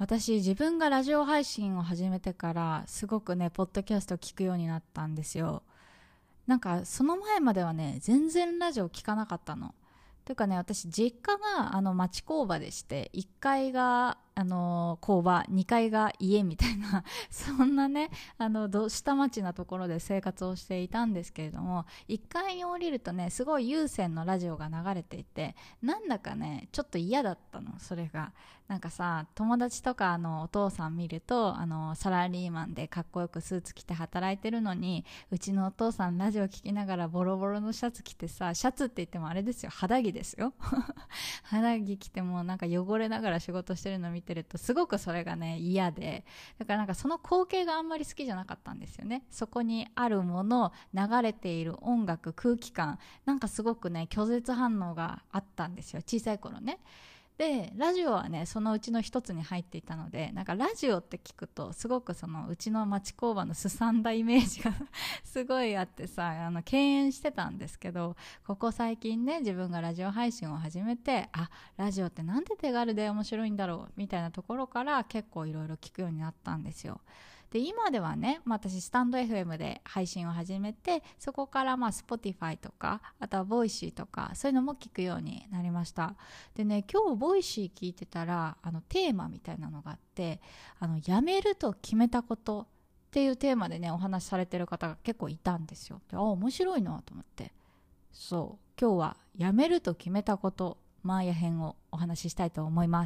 私自分がラジオ配信を始めてからすごくねポッドキャストを聞くようになったんですよ。なんかその前まではね全然ラジオ聞かなかったの。というかね、私実家が町工場でして、1階が工場、2階が家みたいなそんなね下町なところで生活をしていたんですけれども、1階に降りるとねすごい有線のラジオが流れていて、なんだかねちょっと嫌だったの。それがなんかさ、友達とかお父さん見るとサラリーマンでかっこよくスーツ着て働いてるのに、うちのお父さんラジオ聞きながらボロボロのシャツ着てさ、シャツって言ってもあれですよ、肌着ですよ肌着着てもなんか汚れながら仕事してるの見てるとすごくそれがね嫌で、だからなんかその光景があんまり好きじゃなかったんですよね。そこにあるもの、流れている音楽、空気感、なんかすごくね拒絶反応があったんですよ、小さい頃ね。でラジオはねそのうちの一つに入っていたので、なんかラジオって聞くとすごくそのうちの町工場のすさんだイメージがすごいあってさ、敬遠してたんですけど、ここ最近ね自分がラジオ配信を始めて、ラジオってなんで手軽で面白いんだろうみたいなところから結構いろいろ聞くようになったんですよ。で今ではね、私スタンド FM で配信を始めて、そこからSpotify とか、あとはボイシーとかそういうのも聞くようになりました。でね、今日ボイシー聞いてたらテーマみたいなのがあって、辞めると決めたことっていうテーマでねお話しされてる方が結構いたんですよ。で面白いなと思って、そう今日は辞めると決めたことマーヤ編をお話ししたいと思います。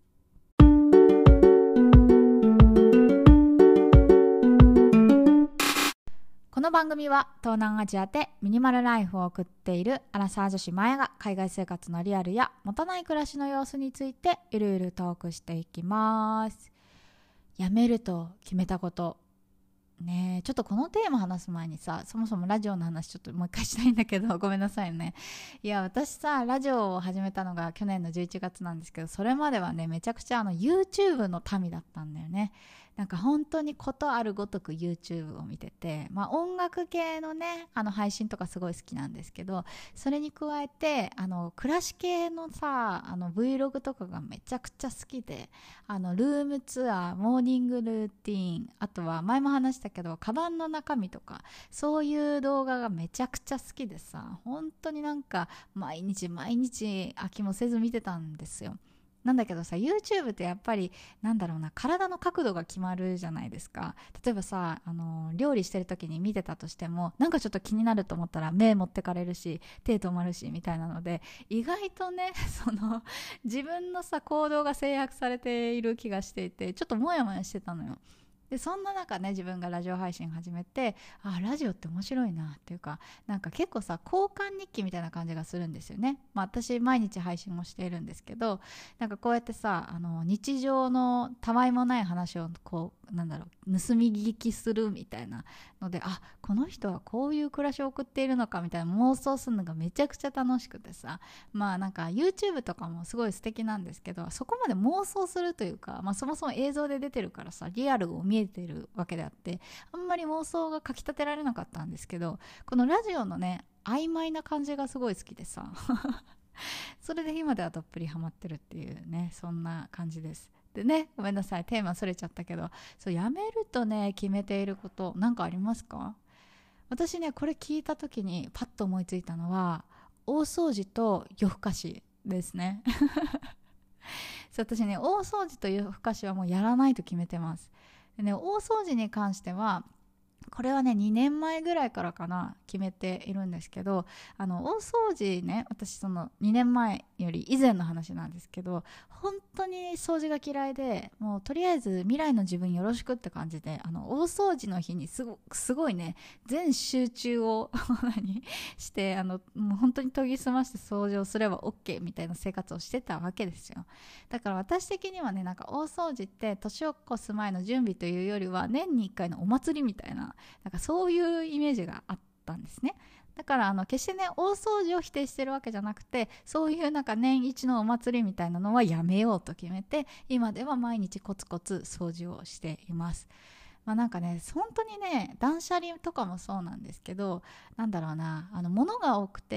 この番組は東南アジアでミニマルライフを送っているアラサー女子マヤが海外生活のリアルや持たない暮らしの様子についてゆるゆるトークしていきます。辞めると決めたことね。ちょっとこのテーマ話す前にさ、そもそもラジオの話ちょっともう一回したいんだけどごめんなさいね。いや私さ、ラジオを始めたのが去年の11月なんですけど、それまではねめちゃくちゃYouTube の民だったんだよね。なんか本当にことあるごとく YouTube を見てて、音楽系のね配信とかすごい好きなんですけど、それに加えて暮らし系のさVlog とかがめちゃくちゃ好きで、ルームツアー、モーニングルーティーン、あとは前も話したけどカバンの中身とか、そういう動画がめちゃくちゃ好きでさ、本当になんか毎日毎日飽きもせず見てたんですよ。なんだけどさ、 YouTube ってやっぱりなんだろうな、体の角度が決まるじゃないですか。例えばさ料理してる時に見てたとしても、なんかちょっと気になると思ったら目持ってかれるし手止まるしみたいなので、意外とね自分のさ行動が制約されている気がしていて、ちょっとモヤモヤしてたのよ。でそんな中ね、自分がラジオ配信始めて、ラジオって面白いなっていうか、なんか結構さ交換日記みたいな感じがするんですよね。私毎日配信もしているんですけど、なんかこうやってさ日常のたわいもない話をこうなんだろう盗み聞きするみたいなので、この人はこういう暮らしを送っているのかみたいな妄想するのがめちゃくちゃ楽しくてさ、なんか YouTube とかもすごい素敵なんですけど、そこまで妄想するというか、そもそも映像で出てるからさリアルを見えてるわけであって、あんまり妄想がかきたてられなかったんですけど、このラジオのね曖昧な感じがすごい好きでさそれで今ではどっぷりハマってるっていうね、そんな感じです。でね、ごめんなさいテーマそれちゃったけど、やめるとね決めていることなんかありますか？私ねこれ聞いた時にパッと思いついたのは大掃除と夜更かしですね私ね大掃除と夜更かしはもうやらないと決めてます。でね、大掃除に関してはこれはね2年前ぐらいからかな決めているんですけど、大掃除ね、私その2年前より以前の話なんですけど、本当に掃除が嫌いで、もうとりあえず未来の自分よろしくって感じで、大掃除の日にすごいね全集中をしてもう本当に研ぎ澄まして掃除をすれば OK みたいな生活をしてたわけですよ。だから私的にはね、なんか大掃除って年を越す前の準備というよりは年に1回のお祭りみたいな、なんかそういうイメージがあったんですね。だから決してね大掃除を否定してるわけじゃなくて、そういうなんか年一のお祭りみたいなのはやめようと決めて、今では毎日コツコツ掃除をしています。なんかね本当にね断捨離とかもそうなんですけど、なんだろうな物が多くて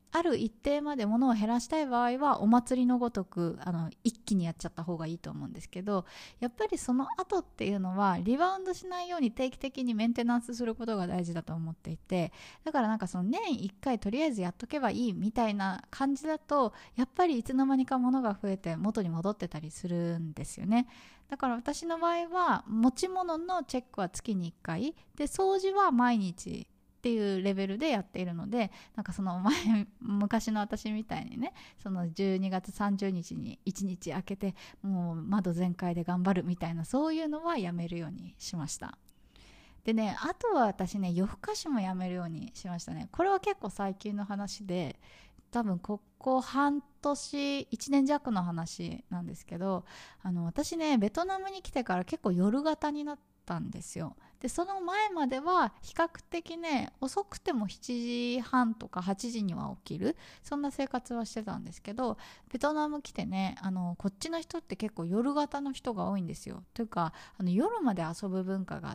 ある一定まで物を減らしたい場合はお祭りのごとく一気にやっちゃった方がいいと思うんですけど、やっぱりその後っていうのはリバウンドしないように定期的にメンテナンスすることが大事だと思っていて、だからなんかその年1回とりあえずやっとけばいいみたいな感じだと、やっぱりいつの間にか物が増えて元に戻ってたりするんですよね。だから私の場合は持ち物のチェックは月に1回で、掃除は毎日っていうレベルでやっているので、なんかその昔の私みたいにね、その12月30日に1日空けてもう窓全開で頑張るみたいな、そういうのはやめるようにしました。でね、あとは私ね、夜更かしもやめるようにしましたね。これは結構最近の話で、多分ここ半年1年弱の話なんですけど、私ねベトナムに来てから結構夜型になったんですよ。でその前までは比較的ね、遅くても7時半とか8時には起きる、そんな生活はしてたんですけど、ベトナム来てね、こっちの人って結構夜型の人が多いんですよ。というか夜まで遊ぶ文化があって、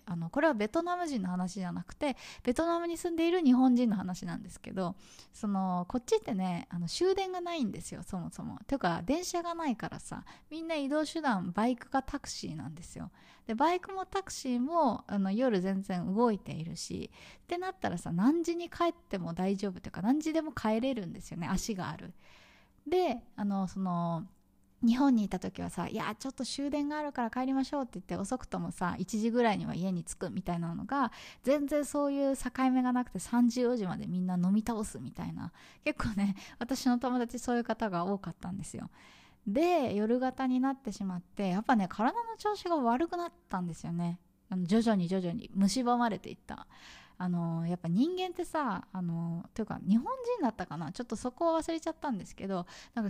これはベトナム人の話じゃなくてベトナムに住んでいる日本人の話なんですけど、こっちってね終電がないんですよ、そもそも。というか電車がないからさ、みんな移動手段バイクかタクシーなんですよ。でバイクもタクシーも夜全然動いているしってなったらさ、何時に帰っても大丈夫というか、何時でも帰れるんですよね、足がある。で日本にいた時はさ、いやちょっと終電があるから帰りましょうって言って遅くともさ1時ぐらいには家に着くみたいなのが、全然そういう境目がなくて3時4時までみんな飲み倒すみたいな、結構ね私の友達そういう方が多かったんですよ。で夜型になってしまって、やっぱね体の調子が悪くなったんですよね。徐々に徐々に蝕まれていった。やっぱ人間ってさ、というか日本人だったかな、ちょっとそこは忘れちゃったんですけど、なんか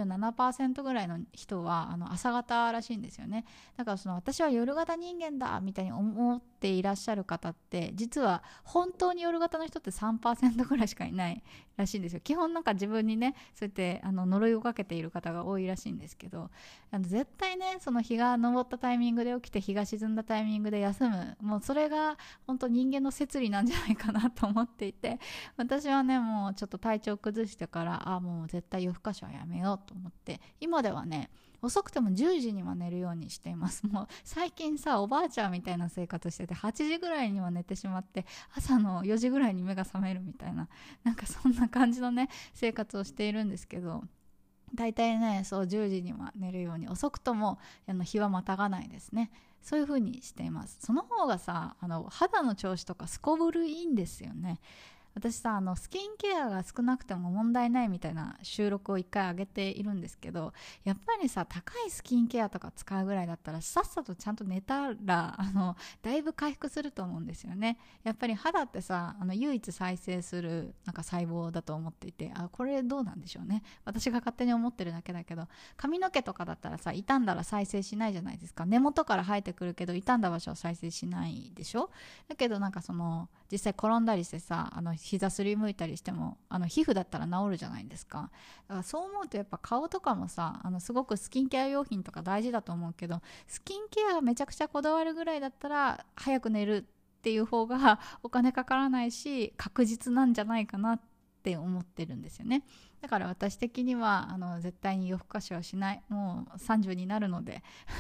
97% ぐらいの人は朝型らしいんですよね。だから私は夜型人間だみたいに思っていらっしゃる方って、実は本当に夜型の人って 3% ぐらいしかいないらしいんですよ。基本なんか自分にねそうやって呪いをかけている方が多いらしいんですけど、絶対ねその日が昇ったタイミングで起きて日が沈んだタイミングで休む、もうそれが本当人間の摂理なんじゃないかなと思っていて、私はねもうちょっと体調崩してから、もう絶対夜更かしはやめようと思って、今ではね遅くても10時には寝るようにしています。もう最近さおばあちゃんみたいな生活してて、8時ぐらいには寝てしまって朝の4時ぐらいに目が覚めるみたいな、なんかそんな感じのね生活をしているんですけど、だいたいねそう10時には寝るように、遅くとも日はまたがないですね。そういう風にしています。その方がさ肌の調子とかすこぶるいいんですよね。私さスキンケアが少なくても問題ないみたいな収録を1回上げているんですけど、やっぱりさ高いスキンケアとか使うぐらいだったらさっさとちゃんと寝たらだいぶ回復すると思うんですよね。やっぱり肌ってさ唯一再生するなんか細胞だと思っていて、これどうなんでしょうね、私が勝手に思ってるだけだけど、髪の毛とかだったらさ傷んだら再生しないじゃないですか。根元から生えてくるけど傷んだ場所は再生しないでしょ。だけどなんか実際転んだりしてさ膝すりむいたりしても皮膚だったら治るじゃないですか。だからそう思うとやっぱ顔とかもさすごくスキンケア用品とか大事だと思うけど、スキンケアめちゃくちゃこだわるぐらいだったら早く寝るっていう方がお金かからないし確実なんじゃないかなって思ってるんですよね。だから私的には絶対に夜更かしはしない。もう30になるので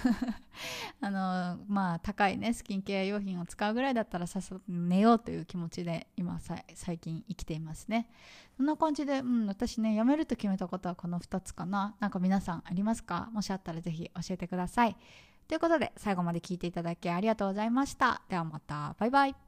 高いねスキンケア用品を使うぐらいだったらさっさと寝ようという気持ちで今最近生きていますね。そんな感じで、私ねやめると決めたことはこの2つかな。なんか皆さんありますか？もしあったらぜひ教えてください。ということで最後まで聞いていただきありがとうございました。ではまた、バイバイ。